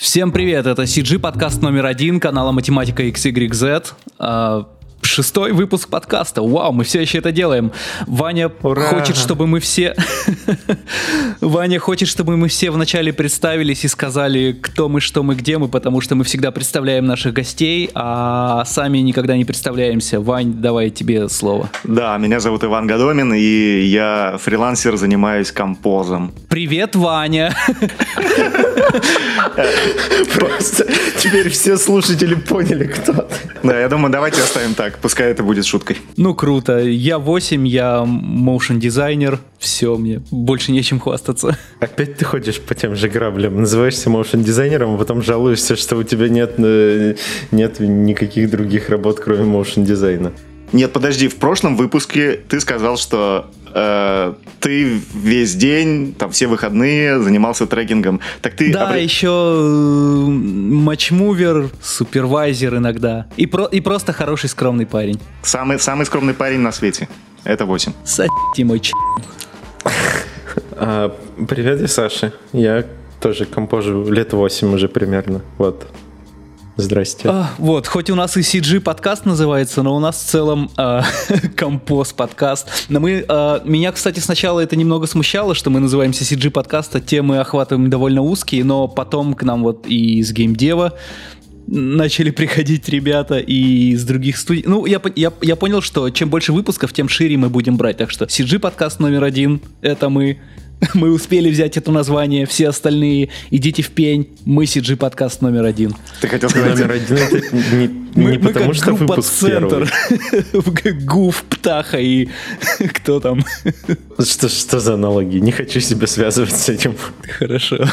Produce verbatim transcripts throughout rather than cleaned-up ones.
Всем привет, это си джи подкаст номер один канала Математика икс игрек зет. Шестой выпуск подкаста. Вау, мы все еще это делаем. Ваня Ура! хочет, чтобы мы все... Ваня хочет, чтобы мы все вначале представились и сказали, кто мы, что мы, где мы, потому что мы всегда представляем наших гостей, а сами никогда не представляемся. Вань, давай тебе слово. Да, меня зовут Иван Годомин, и я фрилансер, занимаюсь композом. Привет, Ваня! Просто теперь все слушатели поняли, кто ты. Да, я думаю, давайте оставим так. Пускай это будет шуткой. Ну, круто. Я восемь, я моушен дизайнер. Все, мне больше нечем хвастаться. Опять ты ходишь по тем же граблям, называешься моушен дизайнером, а потом жалуешься, что у тебя нет, нет никаких других работ, кроме моушен дизайна. Нет, подожди, в прошлом выпуске ты сказал, что э, ты весь день, там все выходные занимался трекингом. Так ты да, обр... еще матчмувер, супервайзер иногда. И, про, и просто хороший скромный парень. Самый, самый скромный парень на свете. Это восемь. Сати мой ч... а, Привет, я Саша. Я тоже компожу лет восемь уже примерно. Вот. Здрасте. А, вот, хоть у нас и си джи подкаст называется, но у нас в целом э, композ подкаст. Но мы, э, меня, кстати, сначала это немного смущало, что мы называемся си джи подкаст, а темы охватываем довольно узкие, но потом к нам вот и из геймдева начали приходить ребята и из других студий. Ну, я, я, я понял, что чем больше выпусков, тем шире мы будем брать. Так что си джи подкаст номер один — это мы. Мы успели взять это название, все остальные идите в пень, мы си джи подкаст номер один. Ты хотел сказать номер один, это не, мы, не мы потому, что выпуск центр. Гуф, Птаха и кто там? Что, что за аналогии? Не хочу себя связывать с этим. Хорошо.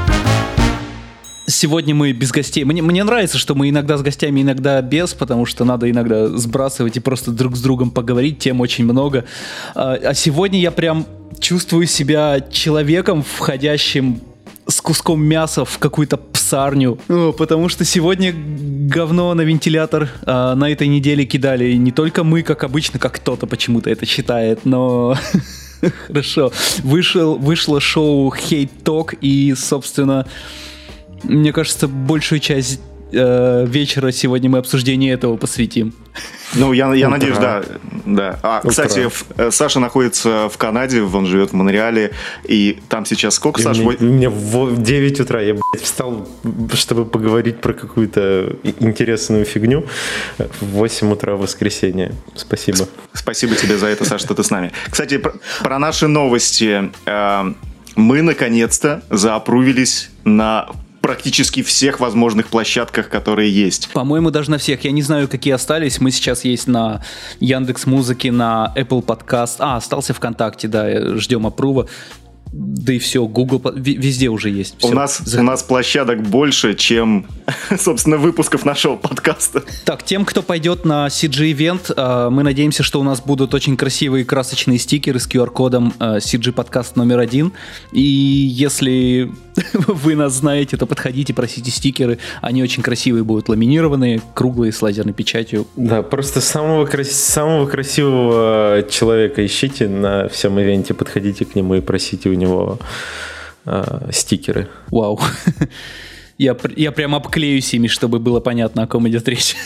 Сегодня мы без гостей. Мне, мне нравится, что мы иногда с гостями, иногда без, потому что надо иногда сбрасывать и просто друг с другом поговорить, тем очень много. А, а сегодня я прям чувствую себя человеком, входящим с куском мяса в какую-то псарню, ну, потому что сегодня говно на вентилятор а, на этой неделе кидали не только мы, как обычно, как кто-то почему-то это считает, но... Хорошо. Вышел, вышло шоу Hate Talk, и, собственно, мне кажется, большую часть э, вечера сегодня мы обсуждению этого посвятим. Ну, я, я надеюсь, да. да. А, кстати, в, Саша находится в Канаде, он живет в Монреале, и там сейчас сколько, Саша? Мне, мне в девять утра я, блядь, встал, чтобы поговорить про какую-то интересную фигню. В восемь утра в воскресенье. Спасибо. Спасибо тебе за это, Саша, что ты с нами. Кстати, про, про наши новости. Э, мы, наконец-то, заапрувились на... практически всех возможных площадках, которые есть. По-моему, даже на всех. Я не знаю, какие остались. Мы сейчас есть на Яндекс.Музыке, на Apple Podcast. А, остался ВКонтакте, да, ждем апрува. Да и все, Google, везде уже есть. Все. У нас, у нас площадок больше, чем, собственно, выпусков нашего подкаста. Так, тем, кто пойдет на си джи-ивент, мы надеемся, что у нас будут очень красивые красочные стикеры с ку ар-кодом си джи подкаст номер один. И если вы нас знаете, то подходите, просите стикеры. Они очень красивые будут, ламинированные, круглые, с лазерной печатью. Да, просто самого, крас... самого красивого человека ищите на всем ивенте, подходите к нему и просите у него него э, стикеры. Вау. Я, я прям обклеюсь ими, чтобы было понятно, о ком идет речь.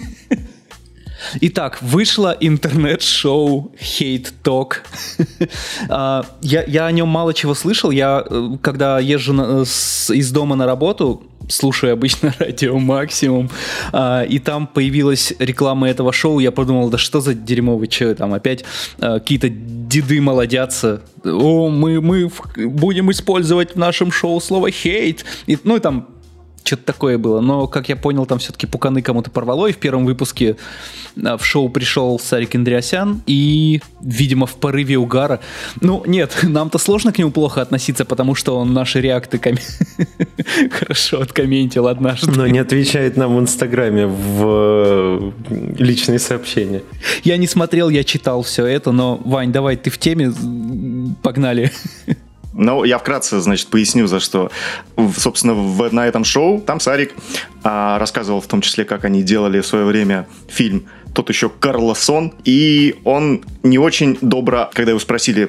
Итак, вышло интернет-шоу Hate Talk. я, я о нем мало чего слышал. Я, когда езжу на, с, из дома на работу, слушаю обычно радио Максимум, а, и там появилась реклама этого шоу, я подумал, да что за дерьмовый человек, там опять а, какие-то деды молодятся, о, мы, мы будем использовать в нашем шоу слово «хейт», и, ну и там что-то такое было, но, как я понял, там все-таки пуканы кому-то порвало, и в первом выпуске в шоу пришел Сарик Андреасян, и, видимо, в порыве угара. Ну, нет, нам-то сложно к нему плохо относиться, потому что он наши реакты ком... хорошо откомментил однажды. Но не отвечает нам в Инстаграме в личные сообщения. Я не смотрел, я читал все это, но, Вань, давай, ты в теме, погнали. Ну, я вкратце, значит, поясню, за что. Собственно, в, на этом шоу там Сарик а, рассказывал в том числе, как они делали в свое время фильм «Тот еще Карлосон», и он не очень добро, когда его спросили по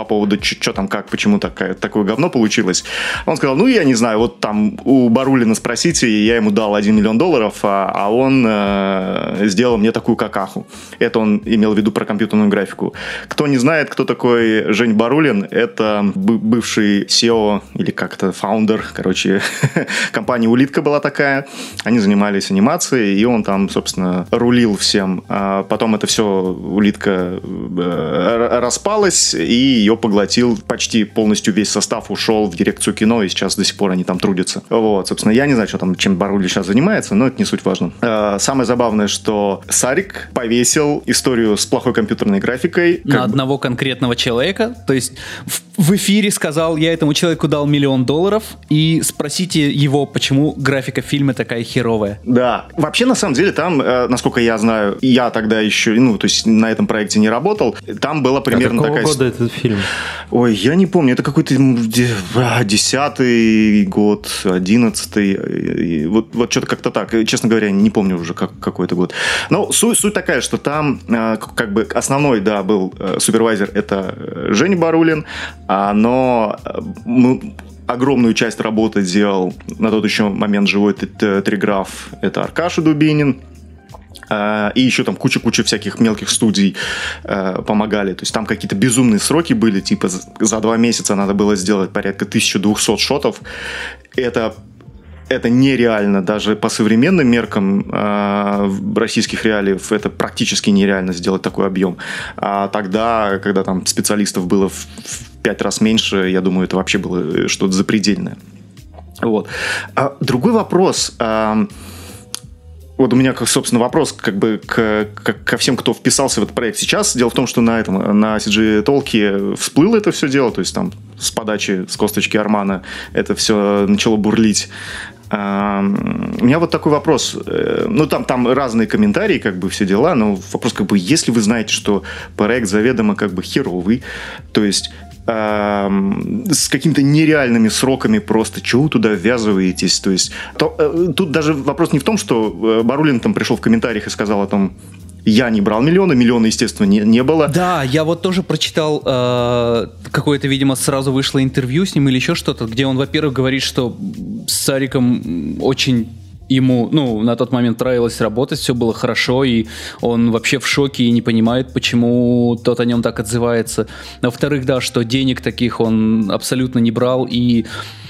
поводу, что там, как, почему такая, такое говно получилось. Он сказал, ну, я не знаю, вот там у Барулина спросите, я ему дал один миллион долларов, а, а он э, сделал мне такую какаху. Это он имел в виду про компьютерную графику. Кто не знает, кто такой Жень Барулин, это бывший си и о или как-то фаундер, короче, компания «Улитка» была такая. Они занимались анимацией, и он там, собственно, рулил всем. А потом это все, «Улитка» распалась, и ее поглотил почти полностью весь состав, ушел в дирекцию кино, и сейчас до сих пор они там трудятся. Вот, собственно, я не знаю, что там, чем Барулин сейчас занимается, но это не суть важно. А, самое забавное, что Сарик повесил историю с плохой компьютерной графикой. На одного конкретного человека, то есть в, в эфире сказал, я этому человеку дал миллион долларов, и спросите его, почему графика фильма такая херовая. Да. Вообще, на самом деле, там, э, насколько я знаю, я тогда еще, ну, то есть на этом проекте не работал, там была примерно а какого такая... года этот фильм? Ой, я не помню, это какой-то десятый год, одиннадцатый, вот, вот что-то как-то так, честно говоря, не помню уже как, какой это год. Но суть, суть такая, что там э, как бы основной, да, был э, супервайзер, это Женя Барулин, а, но э, мы... огромную часть работы делал на тот еще момент живой триграф. Это Аркаша Дубинин. И еще там куча-куча всяких мелких студий помогали. То есть там какие-то безумные сроки были. Типа за два месяца надо было сделать порядка тысяча двести шотов. Это... Это нереально, даже по современным меркам э, российских реалиев, это практически нереально сделать такой объем. А тогда, когда там специалистов было в, в пять раз меньше, я думаю, это вообще было что-то запредельное. Вот. А другой вопрос. Э, вот у меня, собственно, вопрос как бы к, к, ко всем, кто вписался в этот проект сейчас. Дело в том, что на этом, на си джи Talk всплыло это все дело, то есть там с подачи, с косточки Армана это все начало бурлить. Uh, у меня вот такой вопрос. Ну, там, там разные комментарии, как бы, все дела, но вопрос, как бы, если вы знаете, что проект заведомо, как бы, херовый, то есть uh, с какими-то нереальными сроками просто, чего вы туда ввязываетесь, то есть то, uh, тут даже вопрос не в том, что Барулин там пришел в комментариях и сказал о том, я не брал миллиона, миллиона, естественно, не, не было. Да, я вот тоже прочитал э, какое-то, видимо, сразу вышло интервью с ним или еще что-то, где он, во-первых, говорит, что с Сариком очень ему, ну, на тот момент нравилось работать, все было хорошо, и он вообще в шоке и не понимает, почему тот о нем так отзывается. Во-вторых, да, что денег таких он абсолютно не брал, и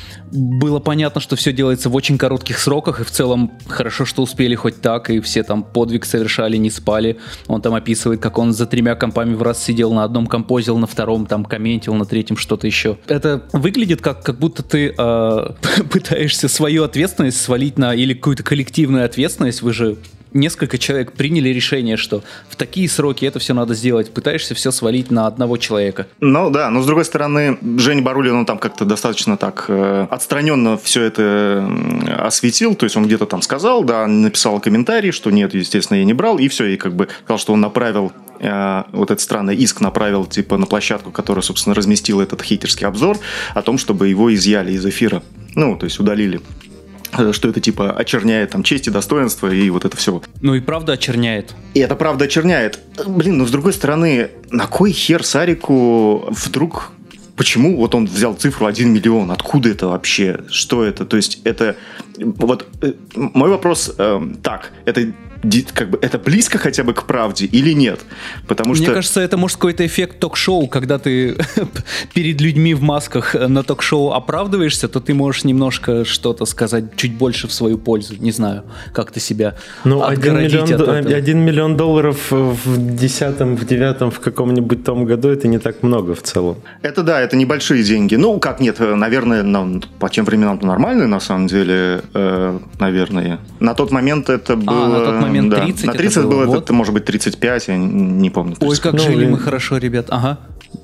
было понятно, что все делается в очень коротких сроках, и в целом хорошо, что успели хоть так, и все там подвиг совершали, не спали. Он там описывает, как он за тремя компами в раз сидел, на одном композил, на втором там комментил, на третьем что-то еще. Это выглядит как, как будто ты э, пытаешься свою ответственность свалить на, или какую-то коллективную ответственность, вы же... Несколько человек приняли решение, что в такие сроки это все надо сделать. Пытаешься все свалить на одного человека. Ну да, но с другой стороны, Женя Барулин, он там как-то достаточно так э, отстраненно все это осветил. То есть он где-то там сказал, да, написал комментарий, что нет, естественно, я не брал. И все, и как бы сказал, что он направил э, вот этот странный иск направил типа на площадку, которая, собственно, разместила этот хейтерский обзор о том, чтобы его изъяли из эфира. Ну, то есть удалили. Что это типа очерняет там честь и достоинство и вот это все. Ну и правда очерняет. И это правда очерняет. Блин, но с другой стороны, на кой хер Сарику вдруг... Почему вот он взял цифру один миллион? Откуда это вообще? Что это? То есть это... Вот мой вопрос э, так. Это... Как бы это близко хотя бы к правде или нет? Потому Мне что... кажется, это может какой-то эффект ток-шоу, когда ты перед людьми в масках на ток-шоу оправдываешься, то ты можешь немножко что-то сказать чуть больше в свою пользу. Не знаю, как ты себя ну, отгородить один миллион, от этого. Один миллион долларов в десятом, в девятом, в каком-нибудь том году это не так много в целом. Это да, это небольшие деньги. Ну, как нет, наверное, на, по тем временам нормальные, на самом деле, э, наверное. На тот момент это было... А, на тот момент да. тридцать На тридцать это было, было, вот. это, может быть, тридцать пять, я не помню. Ой, как ну, жили и... мы хорошо, ребят. Ага.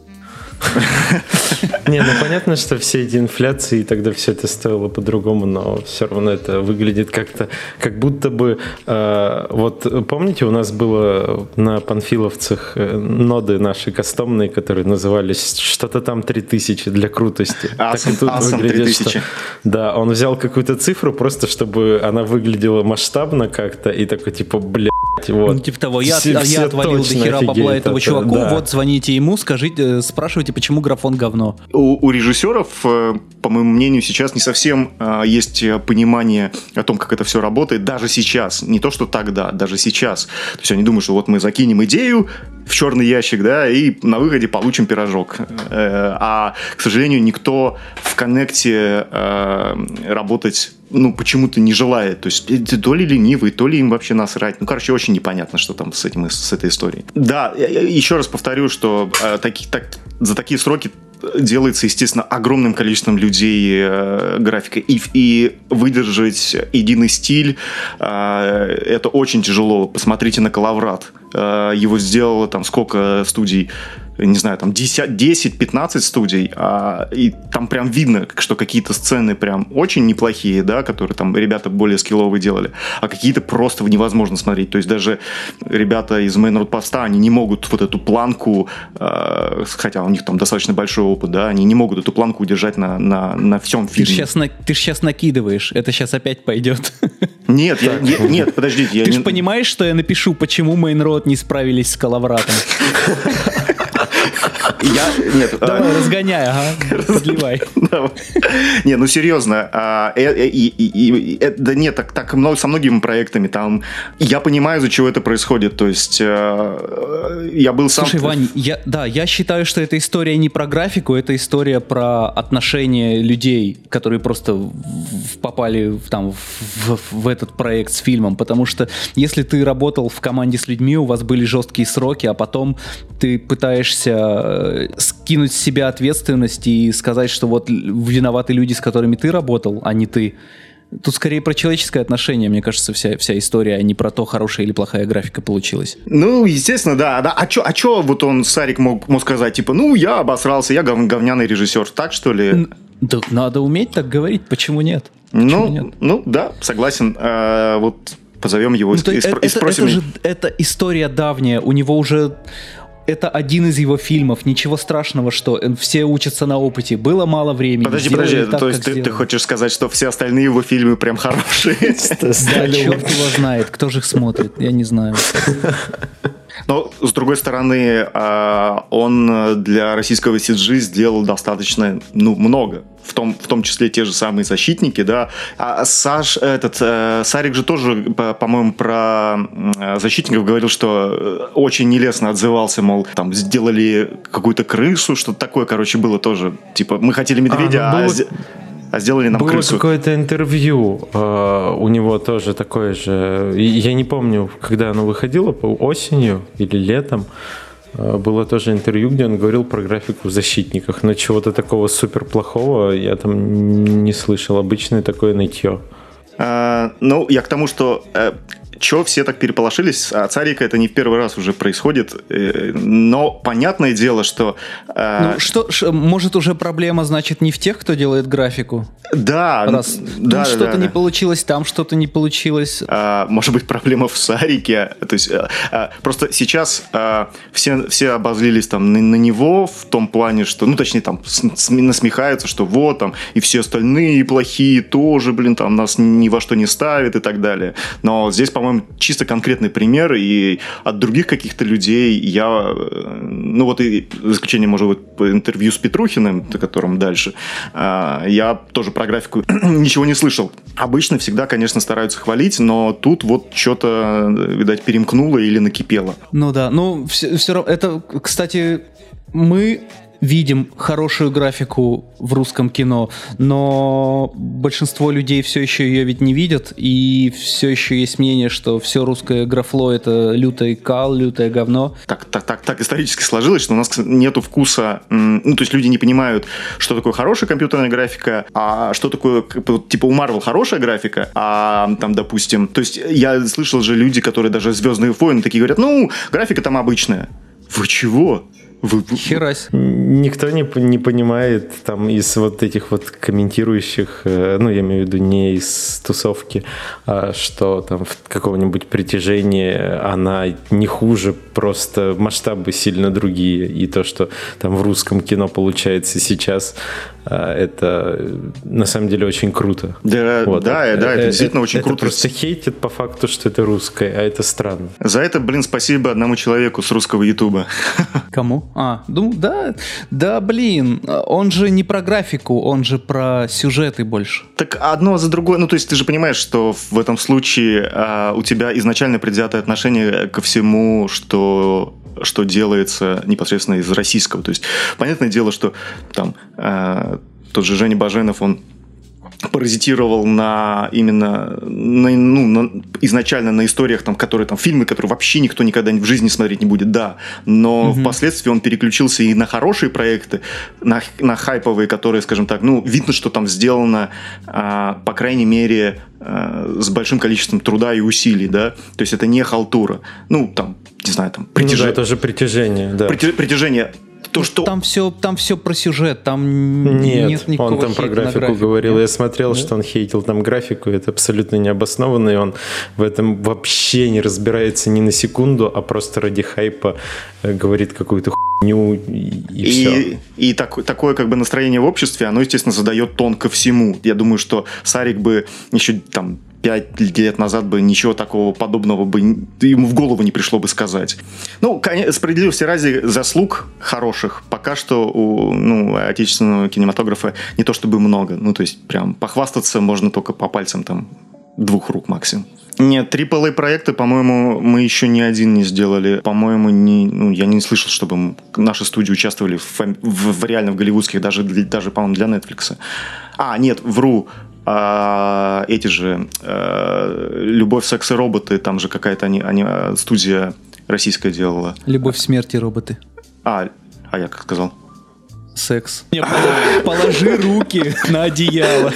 Не, ну понятно, что все эти инфляции, и тогда все это стоило по-другому, но все равно это выглядит как-то, как будто бы, э, вот помните, у нас было на панфиловцах э, ноды наши кастомные, которые назывались что-то там три тысячи для крутости. Awesome, так и тут awesome выглядит, что, да, он взял какую-то цифру просто, чтобы она выглядела масштабно как-то, и такой типа, бля, Вот. Ну, типа того, я, все, я все отвалил до хера бабла этому это, чуваку, да. Вот звоните ему, скажите, спрашивайте, почему графон говно. У, у режиссеров, по моему мнению, сейчас не совсем а, есть понимание о том, как это все работает, даже сейчас, не то, что тогда, даже сейчас. То есть они думают, что вот мы закинем идею в черный ящик, да, и на выходе получим пирожок. А, к сожалению, никто в коннекте а, работать ну, почему-то не желает. То есть, то ли ленивый, то ли им вообще насрать. Ну, короче, очень непонятно, что там с, этим, с этой историей. Да, я еще раз повторю, что э, таки, так, за такие сроки делается, естественно, огромным количеством людей э, графика. И, и выдержать единый стиль э, это очень тяжело. Посмотрите на Коловрат. Э, его сделало там сколько студий? Не знаю, там десять-пятнадцать студий, а, и там прям видно, что какие-то сцены прям очень неплохие, да, которые там ребята более скилловые делали, а какие-то просто невозможно смотреть. То есть даже ребята из Main Road Post, они не могут вот эту планку, э, хотя у них там достаточно большой опыт, да, они не могут эту планку удержать на, на, на всем фильме. Ты же сейчас, на, сейчас накидываешь, это сейчас опять пойдет. Нет, я, я, нет, подождите. Ты я же не... понимаешь, что я напишу, почему Main Road не справились с Коловратом? Я... Нет, давай, а... разгоняй, ага, подливай. Не, ну серьезно, а, и, и, и, и, да нет, так, так много, со многими проектами там, я понимаю, из-за чего это происходит, то есть а, я был сам... Слушай, Вань, я, да, я считаю, что эта история не про графику, это история про отношения людей, которые просто в, попали там, в, в этот проект с фильмом, потому что если ты работал в команде с людьми, у вас были жесткие сроки, а потом ты пытаешься скинуть с себя ответственность и сказать, что вот виноваты люди, с которыми ты работал, а не ты. Тут скорее про человеческое отношение, мне кажется, вся, вся история, а не про то, хорошая или плохая графика получилась. Ну, естественно, да. да. А чё, а чё вот он, Сарик, мог, мог сказать? Типа, ну, я обосрался, я гов, говняный режиссер. Так, что ли? Да, надо уметь так говорить, почему нет? Почему ну, нет? ну, да, согласен. А, вот позовем его ну, и, это, и спросим. Это, это же это история давняя, у него уже... Это один из его фильмов. Ничего страшного, что все учатся на опыте. Было мало времени. Подожди, подожди. Так, то есть ты, ты хочешь сказать, что все остальные его фильмы прям хорошие? Да, черт его знает. Кто же их смотрит? Я не знаю. Но, с другой стороны, он для российского си джи сделал достаточно, ну, много. В том, в том числе те же самые «Защитники», да. А Саш, этот, Сарик же тоже, по-моему, про «Защитников» говорил, что очень нелестно отзывался, мол, там, сделали какую-то крысу, что-то такое, короче, было тоже. Типа, мы хотели медведя, а... а было... А сделали нам было крысу. Было какое-то интервью э, у него тоже такое же. Я не помню, когда оно выходило, осенью или летом. Э, было тоже интервью, где он говорил про графику в «Защитниках». Но чего-то такого супер плохого я там не слышал. Обычное такое нытье. А, ну, я к тому, что... Чего все так переполошились? А Царика это не в первый раз уже происходит. Но понятное дело, что... Ну, что, ш, может, уже проблема, значит, не в тех, кто делает графику? Да. Раз да, тут что-то да, не да. получилось, там что-то не получилось. А, может быть, проблема в Сарике. То есть, а, просто сейчас а, все, все обозлились там на, на него в том плане, что... Ну, точнее, там с, с, насмехаются, что вот там и все остальные плохие тоже, блин, там нас ни во что не ставят и так далее. Но здесь, по-моему, чисто конкретный пример, и от других каких-то людей я, ну вот и за исключением, может быть, интервью с Петрухиным, о котором дальше, я тоже про графику ничего не слышал. Обычно всегда, конечно, стараются хвалить, но тут вот что-то, видать, перемкнуло или накипело. Ну да, ну все, все равно, это, кстати, мы... видим хорошую графику в русском кино, но большинство людей все еще ее ведь не видят, и все еще есть мнение, что все русское графло — это лютый кал, лютое говно. Так, так, так, так исторически сложилось, что у нас нету вкуса, ну, то есть люди не понимают, что такое хорошая компьютерная графика, а что такое, типа, у Marvel хорошая графика, а там, допустим, то есть я слышал же люди, которые даже «Звездные войны» такие говорят, ну, графика там обычная. Вы чего? Херась. Никто не, не понимает там из вот этих вот комментирующих, ну, я имею в виду не из тусовки, а что там в какого-нибудь притяжения она не хуже, просто масштабы сильно другие. И то, что там в русском кино получается сейчас, это на самом деле очень круто. Да, вот. да, да, это действительно это, очень это круто. Просто хейтят по факту, что это русское, а это странно. За это, блин, спасибо одному человеку с русского Ютуба. Кому? А, ну да, да, блин, он же не про графику, он же про сюжеты больше. Так одно за другое, ну то есть ты же понимаешь, что в этом случае а, у тебя изначально предвзятое отношение ко всему, что... что делается непосредственно из российского. То есть, понятное дело, что там э, тот же Женя Баженов, он паразитировал на именно на, ну, на, изначально на историях, там, которые там фильмы, которые вообще никто никогда в жизни смотреть не будет, да. Но угу. впоследствии он переключился и на хорошие проекты, на, на хайповые, которые, скажем так, ну, видно, что там сделано, э, по крайней мере, э, с большим количеством труда и усилий, да. То есть это не халтура. Ну, там, не знаю, там притяжение. Ну, да, это же притяжение, да. Притяжение. То, что... Там все, там все про сюжет, там нет, нет никакого он там про графику, графику говорил. Нет? Я смотрел, нет? Что он хейтил там графику, это абсолютно необоснованно, и он в этом вообще не разбирается ни на секунду, а просто ради хайпа говорит какую-то хуйню и, и, и все. И так, такое как бы настроение в обществе, оно, естественно, задает тон ко всему. Я думаю, что Сарик бы еще там пять лет назад бы ничего такого подобного бы ему в голову не пришло бы сказать. Ну, справедливости ради, заслуг хороших пока что у ну, отечественного кинематографа не то чтобы много. Ну, то есть, прям похвастаться можно только по пальцам там двух рук максимум. Нет, трипл эй проекты, по-моему, мы еще ни один не сделали. По-моему, не, ну, я не слышал, чтобы наши студии участвовали в, в, в реально в голливудских, даже, даже, по-моему, для Netflix. А, нет, вру. А, эти же а, «Любовь, секс и роботы», там же какая-то они, они, студия российская делала. «Любовь, смерть и роботы». А, а я как сказал? Секс. Положи руки на одеяло.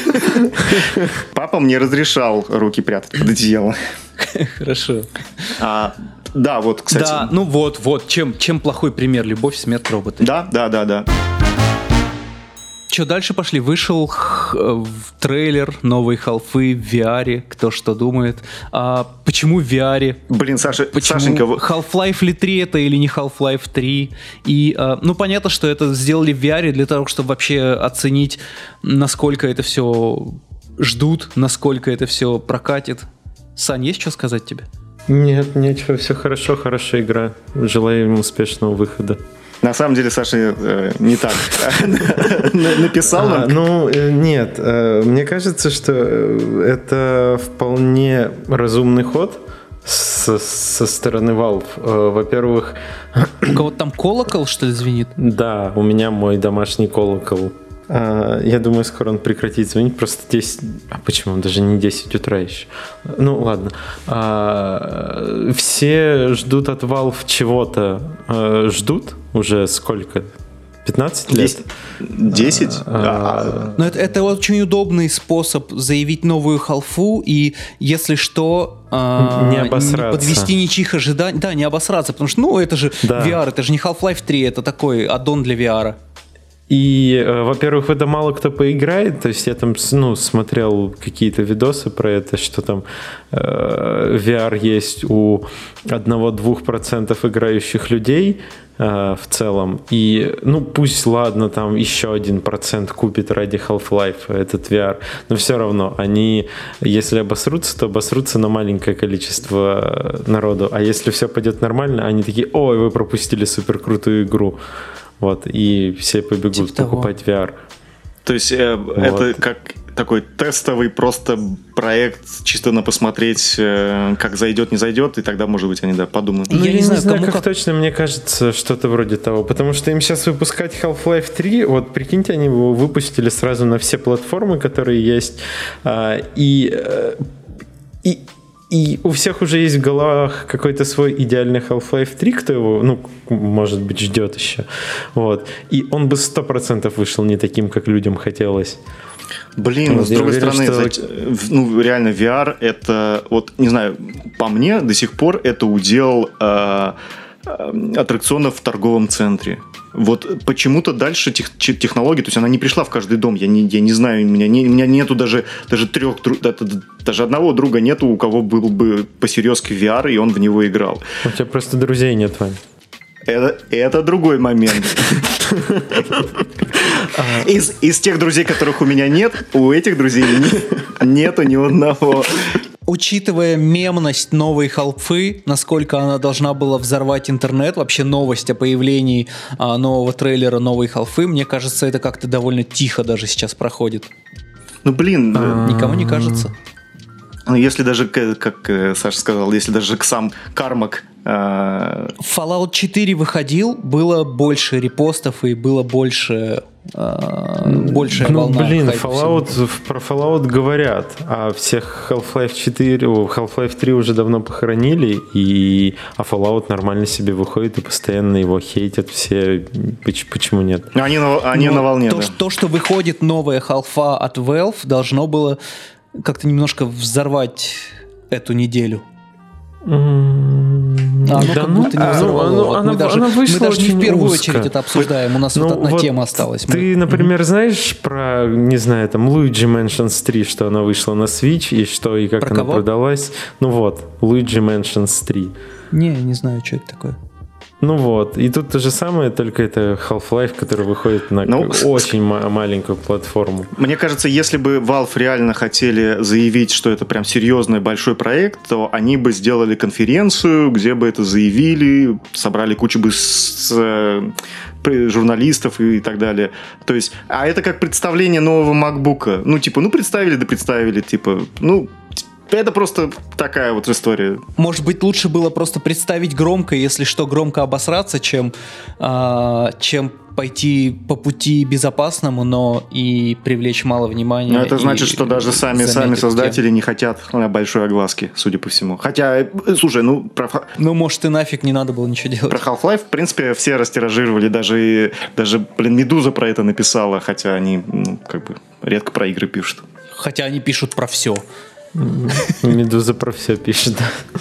Папа мне разрешал руки прятать под одеяло. Хорошо. А, да, вот, кстати. Да, ну вот, вот, чем, чем плохой пример «Любовь, смерть, роботы». Да, да, да, да. Что, дальше пошли? Вышел х- трейлер новой халфы в ви ар. Кто что думает. А почему в ви ар? Блин, Саша, почему? Сашенька... Half-Life ли три это или не Half-Life три? И, а, ну, понятно, что это сделали в ви ар для того, чтобы вообще оценить, насколько это все ждут, насколько это все прокатит. Сань, есть что сказать тебе? Нет, ничего, все хорошо, хорошая игра. Желаю им успешного выхода. На самом деле, Саша э, не так написал нам. А, ну, нет. Мне кажется, что это вполне разумный ход со, со стороны Valve. Во-первых... У кого-то там колокол, что ли, звенит? Да, у меня мой домашний колокол. Я думаю, скоро он прекратит звонить. Просто десять... А почему? Он даже не десять утра еще. Ну, ладно. А, все ждут от Valve чего-то. А, ждут уже сколько? пятнадцать лет? десять? А, Но это, это очень удобный способ заявить новую халфу и, если что, а, не обосраться. Не подвести ничьих ожиданий. Да, не обосраться, потому что, ну, это же да. ви ар, это же не Half-Life три, это такой аддон для ви ар. И, во-первых, в это мало кто поиграет, то есть я там ну, смотрел какие-то видосы про это, что там э, ви ар есть у одного-двух процентов играющих людей э, в целом, и ну пусть, ладно, там еще один процент купит ради Half-Life этот ви ар, но все равно они, если обосрутся, то обосрутся на маленькое количество народу, а если все пойдет нормально, они такие: ой, вы пропустили суперкрутую игру. Вот, и все побегут типа покупать ви ар. То есть э, вот. Это как такой тестовый просто проект, чисто на посмотреть, э, как зайдет, не зайдет, и тогда, может быть, они да, подумают. Ну, я, я не знаю, знаю как, как точно, мне кажется, что-то вроде того. Потому что им сейчас выпускать Half-Life три, вот прикиньте, они его выпустили сразу на все платформы, которые есть, э, и... Э, и И у всех уже есть в головах какой-то свой идеальный Half-Life три, кто его, ну, может быть, ждет еще. Вот. И он бы сто процентов вышел не таким, как людям хотелось. Блин, вот, с другой уверен, стороны, что... ну, реально, ви ар это, вот, не знаю, по мне до сих пор это удел э, аттракционов в торговом центре. вот почему-то дальше тех, технологии, то есть она не пришла в каждый дом, я не, я не знаю, у меня, не, у меня нету даже, даже трех, даже одного друга нету, у кого был бы посерьезки ви ар, и он в него играл. У тебя просто друзей нет, Вань. Это, это другой момент. Из, из тех друзей, которых у меня нет, у этих друзей нету ни одного. Учитывая мемность новой халфы, насколько она должна была взорвать интернет, вообще новость о появлении а, нового трейлера новой халфы, мне кажется, это как-то довольно тихо даже сейчас проходит. Ну, блин. Никому не кажется. Ну, если даже, как Саша сказал, если даже сам Кармак... Э... Fallout четыре выходил, было больше репостов и было больше... Э, большая ну, волна. Блин, Fallout, про Fallout говорят, а всех Half-Life четыре, Half-Life три уже давно похоронили, и, а Fallout нормально себе выходит, и постоянно его хейтят все. Почему нет? Они на, они ну, на волне, то, да. То, что выходит новая Half-Life от Valve, должно было как-то немножко взорвать эту неделю. Mm, а, ну, да, как ну, будто не а, взорвало. ну, вот она, мы даже, она вышла мы даже не в первую узко. очередь это обсуждаем. У нас ну, вот одна вот тема осталась. Ты, мы... например, mm-hmm. знаешь про, не знаю, там, Luigi Mansions три, что она вышла на Switch, и что, и как про она кого? продалась? Ну вот, Luigi Mansions три. Не, не знаю, что это такое. Ну вот, и тут то же самое, только это Half-Life, который выходит на ну, очень ма- маленькую платформу. Мне кажется, если бы Valve реально хотели заявить, что это прям серьезный большой проект, то они бы сделали конференцию, где бы это заявили, собрали кучу бы с, с, журналистов и так далее. То есть, а это как представление нового MacBook'а. Ну, типа, ну, представили, да представили, типа, ну... Это просто такая вот история. Может быть, лучше было просто представить громко, если что, громко обосраться, чем, э, чем пойти по пути безопасному, но и привлечь мало внимания. Но это значит, что даже сами, сами создатели тем. не хотят большой огласки, судя по всему. Хотя, слушай, ну... Про... Ну, может, и нафиг не надо было ничего делать. Про Half-Life, в принципе, все растиражировали. Даже, даже блин, Медуза про это написала, хотя они, ну, как бы, редко про игры пишут. Хотя они пишут про все. Медуза про все пишет.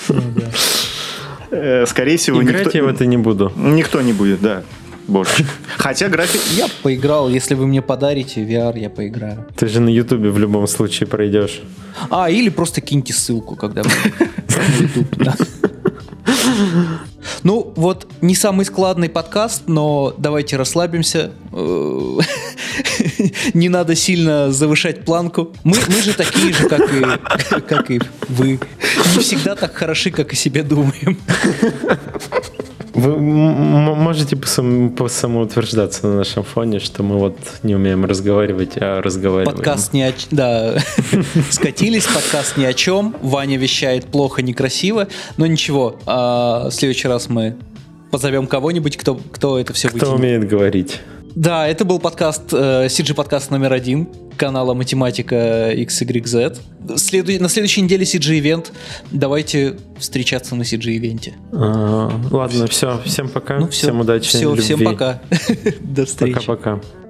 Скорее всего, играть никто... я в это не буду. Никто не будет, да. Больше. Хотя график... Я поиграл, если вы мне подарите ви ар, я поиграю. Ты же на Ютубе в любом случае пройдешь. А, или просто киньте ссылку, когда вы на Ютуб, да. Ну, вот не самый складный подкаст, но давайте расслабимся. Не надо сильно завышать планку. Мы, мы же такие же, как и, как и вы. Не всегда так хороши, как о себе думаем. Вы м- можете посам- посамоутверждаться на нашем фоне, что мы вот не умеем разговаривать, а разговариваем. Подкаст не о чем. Да. Скатились, подкаст ни о чем. Ваня вещает плохо, некрасиво. Но ничего, в следующий раз мы позовем кого-нибудь, кто, кто это все вытянет. Кто умеет говорить. Да, это был подкаст, си джи-подкаст номер один канала Математика икс игрек зет. Следу... На следующей неделе си джи-ивент. Давайте встречаться на си джи-ивенте. А, ладно, все. Всем пока. Ну, все. Всем удачи. Все, любви. всем пока. До встречи. Пока-пока.